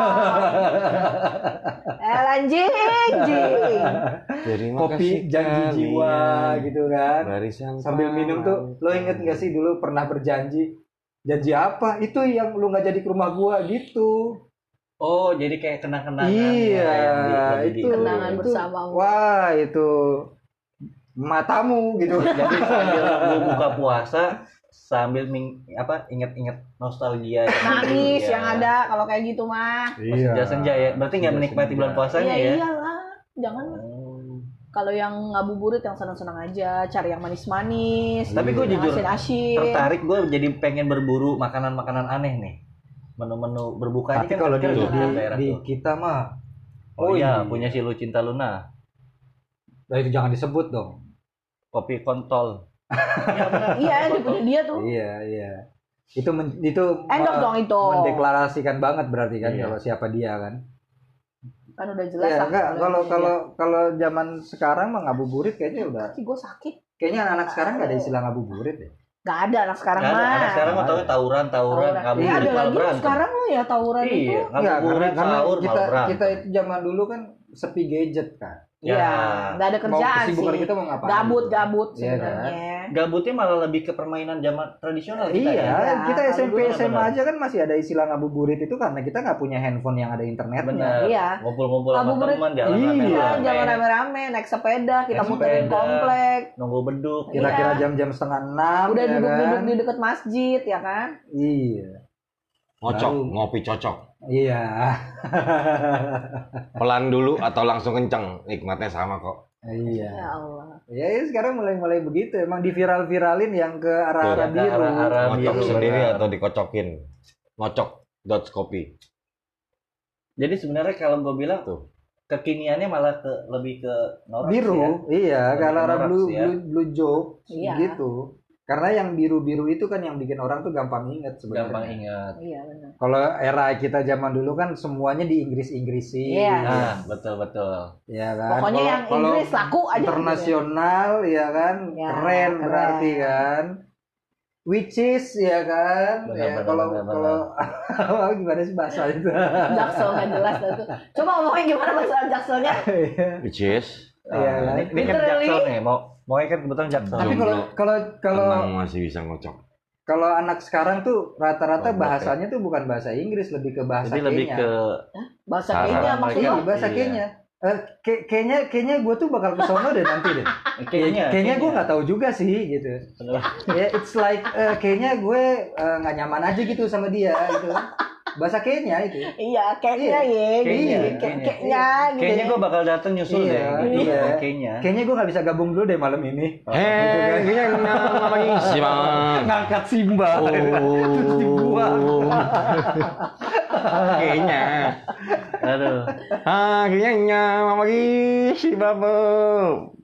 [SPEAKER 4] Eh, lanjing, jing.
[SPEAKER 3] Terima
[SPEAKER 2] Kopi
[SPEAKER 3] kasih
[SPEAKER 2] janji
[SPEAKER 3] kalian.
[SPEAKER 2] jiwa gitu kan.
[SPEAKER 3] Barisan
[SPEAKER 2] Sambil minum tuh, lo inget gak sih dulu pernah berjanji? Janji apa? Itu yang lu gak jadi ke rumah gua gitu.
[SPEAKER 1] Oh, jadi kayak kenang-kenangan.
[SPEAKER 2] Iya,
[SPEAKER 1] ya, yang di- yang di-
[SPEAKER 2] itu.
[SPEAKER 4] Kenangan
[SPEAKER 2] itu.
[SPEAKER 4] bersamamu.
[SPEAKER 2] Wah, itu matamu gitu.
[SPEAKER 1] Jadi sambil lu buka puasa sambil ming, apa inget-inget nostalgia
[SPEAKER 4] Nangis
[SPEAKER 1] Iya.
[SPEAKER 4] yang ada kalau kayak gitu mah.
[SPEAKER 1] senja-senja ya. Berarti nggak menikmati
[SPEAKER 2] Senja.
[SPEAKER 1] bulan puasanya
[SPEAKER 4] Iya
[SPEAKER 1] ya.
[SPEAKER 4] iyalah, jangan.
[SPEAKER 1] Hmm.
[SPEAKER 4] Kalau yang ngabuburit yang senang-senang aja, cari yang manis-manis.
[SPEAKER 1] Tapi gue
[SPEAKER 4] yang
[SPEAKER 1] jujur
[SPEAKER 4] asin-asin.
[SPEAKER 1] tertarik, gue jadi pengen berburu makanan-makanan aneh nih. Menu-menu berbuka ini
[SPEAKER 2] Tapi
[SPEAKER 1] kan
[SPEAKER 2] kalau di,
[SPEAKER 1] kira-kira
[SPEAKER 2] di,
[SPEAKER 1] di daerah
[SPEAKER 2] di
[SPEAKER 1] tuh.
[SPEAKER 2] kita mah,
[SPEAKER 1] Oh,
[SPEAKER 2] oh
[SPEAKER 1] iya,
[SPEAKER 2] iya.
[SPEAKER 1] punya si Lucinta Luna,
[SPEAKER 2] nah itu jangan disebut dong.
[SPEAKER 1] kopi kontol.
[SPEAKER 4] Iya, di punya dia tuh.
[SPEAKER 2] Iya, iya. Itu men, itu
[SPEAKER 4] Endorse
[SPEAKER 2] me-
[SPEAKER 4] dong itu.
[SPEAKER 2] mendeklarasikan banget berarti kan
[SPEAKER 1] Iya.
[SPEAKER 2] kalau siapa dia kan.
[SPEAKER 4] Kan udah jelas
[SPEAKER 2] Ya
[SPEAKER 4] lah
[SPEAKER 2] enggak, kalau
[SPEAKER 4] dia.
[SPEAKER 2] kalau kalau zaman sekarang mah ngabuburit kayaknya udah
[SPEAKER 4] Sih gue sakit.
[SPEAKER 2] kayaknya anak-anak sekarang nggak ada istilah ngabuburit ya.
[SPEAKER 4] Gak ada anak sekarang
[SPEAKER 1] Nggak ada,
[SPEAKER 4] mah.
[SPEAKER 1] anak sekarang mau tahu tawuran, tawuran,
[SPEAKER 4] Tawuran.
[SPEAKER 1] kabur,
[SPEAKER 4] Eh, ada
[SPEAKER 1] malah
[SPEAKER 4] lagi
[SPEAKER 1] berantem.
[SPEAKER 4] sekarang lo ya tawuran itu.
[SPEAKER 1] Iya,
[SPEAKER 2] Enggak, karena
[SPEAKER 1] ngabuburit,
[SPEAKER 2] karena
[SPEAKER 1] sahur,
[SPEAKER 2] kita
[SPEAKER 1] malah berantem.
[SPEAKER 2] kita itu zaman dulu kan sepi gadget kan.
[SPEAKER 4] Iya,
[SPEAKER 1] Ya.
[SPEAKER 4] nggak ada
[SPEAKER 2] Mau
[SPEAKER 4] kerjaan
[SPEAKER 2] kesibukan
[SPEAKER 4] sih.
[SPEAKER 2] kita mau ngapain?
[SPEAKER 4] Gabut, gabut
[SPEAKER 2] Iya kan?
[SPEAKER 4] sebenarnya.
[SPEAKER 1] Gabutnya malah lebih ke permainan zaman tradisional kita
[SPEAKER 2] Iya,
[SPEAKER 1] ya.
[SPEAKER 2] kita
[SPEAKER 4] Iya,
[SPEAKER 2] S M P
[SPEAKER 1] benar,
[SPEAKER 2] S M A
[SPEAKER 1] benar.
[SPEAKER 2] aja kan masih ada istilah ngabuburit itu karena kita nggak punya handphone yang ada internetnya.
[SPEAKER 1] Benar.
[SPEAKER 4] Iya.
[SPEAKER 1] Ngumpul-ngumpul sama
[SPEAKER 4] Ngabuburit.
[SPEAKER 1] teman jalan
[SPEAKER 2] Iya.
[SPEAKER 4] Iya,
[SPEAKER 1] rame-rame.
[SPEAKER 4] jangan rame-rame naik sepeda, kita
[SPEAKER 1] Naik
[SPEAKER 4] muterin
[SPEAKER 1] sepeda.
[SPEAKER 4] komplek.
[SPEAKER 1] Nunggu beduk.
[SPEAKER 2] Kira-kira
[SPEAKER 4] Iya.
[SPEAKER 2] jam-jam setengah enam.
[SPEAKER 4] Udah
[SPEAKER 2] ya
[SPEAKER 4] duduk-duduk
[SPEAKER 2] kan?
[SPEAKER 4] di dekat masjid ya kan?
[SPEAKER 2] Iya,
[SPEAKER 3] Ngocok,
[SPEAKER 2] Baru.
[SPEAKER 3] ngopi cocok.
[SPEAKER 2] iya.
[SPEAKER 3] Pelan dulu atau langsung kenceng, nikmatnya sama kok.
[SPEAKER 2] Iya.
[SPEAKER 4] Ya Allah.
[SPEAKER 2] Ya, ya, sekarang mulai-mulai begitu. Emang diviral-viralin yang ke arah-arah
[SPEAKER 1] Ke
[SPEAKER 2] biru.
[SPEAKER 1] arah-arah
[SPEAKER 3] Ngocok
[SPEAKER 1] biru,
[SPEAKER 3] sendiri
[SPEAKER 1] benar.
[SPEAKER 3] atau dikocokin. Ngocok dot kopi.
[SPEAKER 1] Jadi sebenarnya kalau gue bilang
[SPEAKER 3] Tuh.
[SPEAKER 1] kekiniannya malah ke lebih ke norak
[SPEAKER 2] Biru,
[SPEAKER 1] ya.
[SPEAKER 2] iya,
[SPEAKER 1] Lebih
[SPEAKER 2] kalau
[SPEAKER 1] ke
[SPEAKER 2] arah
[SPEAKER 1] norak
[SPEAKER 2] blue,
[SPEAKER 1] sih ya.
[SPEAKER 2] blue, blue joke,
[SPEAKER 4] Iya.
[SPEAKER 2] gitu. Karena yang biru-biru itu kan yang bikin orang tuh gampang inget sebenarnya.
[SPEAKER 1] Gampang ingat.
[SPEAKER 4] Iya benar.
[SPEAKER 2] Kalau era kita zaman dulu kan semuanya di Inggris-Inggrisin.
[SPEAKER 4] Iya.
[SPEAKER 1] Nah, betul betul.
[SPEAKER 2] Ya kan.
[SPEAKER 4] Pokoknya
[SPEAKER 2] Kalau-
[SPEAKER 4] yang
[SPEAKER 2] kalau
[SPEAKER 4] Inggris laku aja.
[SPEAKER 2] internasional ya kan,
[SPEAKER 4] Ya,
[SPEAKER 2] keren,
[SPEAKER 4] keren.
[SPEAKER 2] berarti kan. which is ya kan.
[SPEAKER 1] Benar,
[SPEAKER 2] Ya
[SPEAKER 1] benar,
[SPEAKER 2] kalau
[SPEAKER 1] benar,
[SPEAKER 2] kalau gimana sih bahasa itu?
[SPEAKER 4] Jaksel nggak jelas itu. Coba ngomongin gimana bahasa Jakselnya?
[SPEAKER 3] Which is
[SPEAKER 2] Iya
[SPEAKER 1] Ah,
[SPEAKER 2] kan.
[SPEAKER 1] ini, ini kan
[SPEAKER 4] Literally.
[SPEAKER 1] Jaksel nih, mau mau kan kebetulan Jaksel.
[SPEAKER 2] Tapi kalau kalau kalau
[SPEAKER 3] tenang masih bisa ngocok.
[SPEAKER 2] kalau anak sekarang tuh rata-rata
[SPEAKER 3] Oh,
[SPEAKER 2] bahasanya tuh bukan bahasa Inggris, lebih ke bahasa
[SPEAKER 1] Jadi lebih
[SPEAKER 2] Kenya.
[SPEAKER 1] ke
[SPEAKER 4] Bahasa
[SPEAKER 3] Sarah.
[SPEAKER 4] Kenya maksudnya.
[SPEAKER 2] Iya, bahasa
[SPEAKER 1] Iya.
[SPEAKER 2] Kenya. Eh, ke- kayaknya kayaknya gue tuh bakal ke sono deh nanti deh.
[SPEAKER 1] kayaknya.
[SPEAKER 2] Kayaknya gue nggak tahu juga sih gitu. Ya, it's like eh, kayaknya gue eh, nggak nyaman aja gitu sama dia gitu. Bahasa Kenya itu.
[SPEAKER 4] Iya, kayaknya
[SPEAKER 2] Iya,
[SPEAKER 4] ya,
[SPEAKER 2] kayaknya,
[SPEAKER 4] gitu.
[SPEAKER 1] kayaknya.
[SPEAKER 4] Kayaknya gitu.
[SPEAKER 1] Kayaknya
[SPEAKER 4] ya.
[SPEAKER 1] gue bakal datang nyusul
[SPEAKER 2] Iya,
[SPEAKER 1] deh. Gitu.
[SPEAKER 2] iya.
[SPEAKER 1] Kayaknya.
[SPEAKER 2] Kayaknya gue nggak bisa gabung dulu deh malam ini.
[SPEAKER 3] Hei, kayaknya nama isi bang.
[SPEAKER 2] Ngangkat Simba. Terus dibuang.
[SPEAKER 3] Kayaknya.
[SPEAKER 1] Aduh.
[SPEAKER 3] Ah, kayaknya nama isi bang.